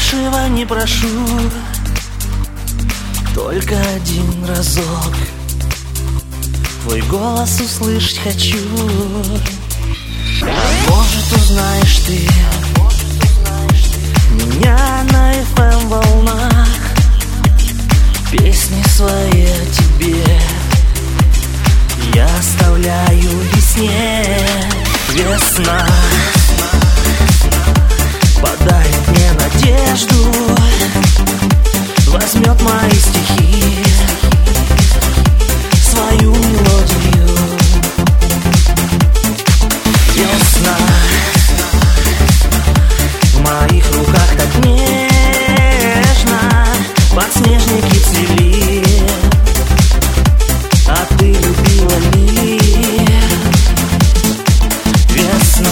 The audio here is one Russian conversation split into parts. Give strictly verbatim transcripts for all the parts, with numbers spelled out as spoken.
большего не прошу, только один разок твой голос услышать хочу. А может, узнаешь ты меня на эф эм волнах, песни свои о тебе я оставляю весне. Весна подарит мне надежду, возьмет мои стихи, свою мелодию. Весна в моих руках так нежно, подснежники цвели, а ты любила ли? Весна.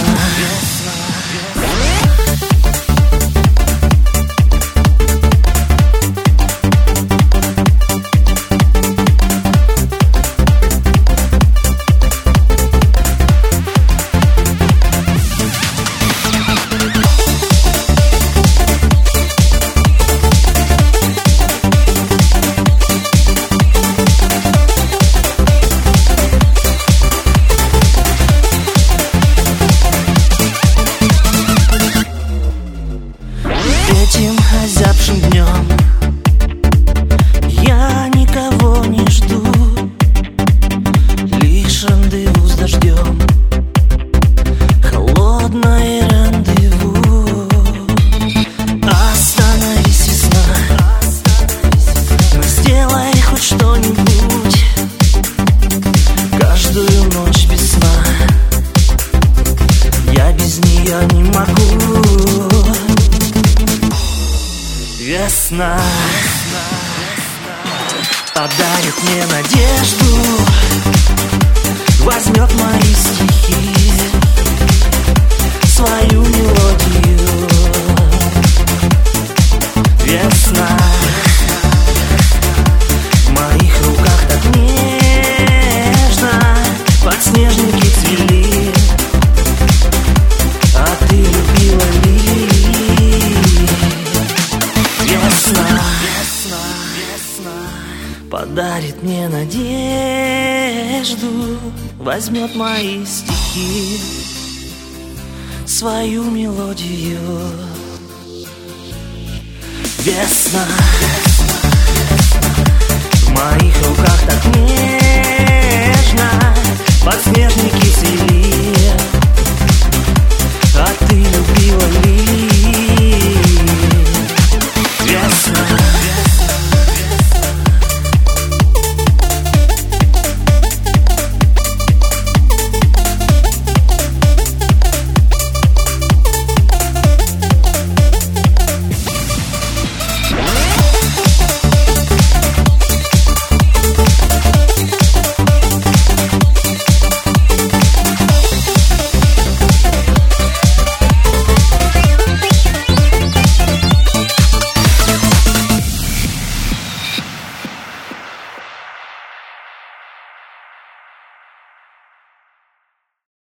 Этим озябшим днем я никого не жду, лишь рандеву с дождем, холодное рандеву. Остановись, весна, но сделай хоть что-нибудь. Каждую ночь без сна я без нее не могу. Весна подарит мне надежду, возьмет мои стихи, свою мелодию. Весна в моих руках так нежно, подснежники цвели, а ты любила ли? Весна, весна, весна подарит мне надежду, возьмет мои стихи, свою мелодию. Весна в моих руках так нежно,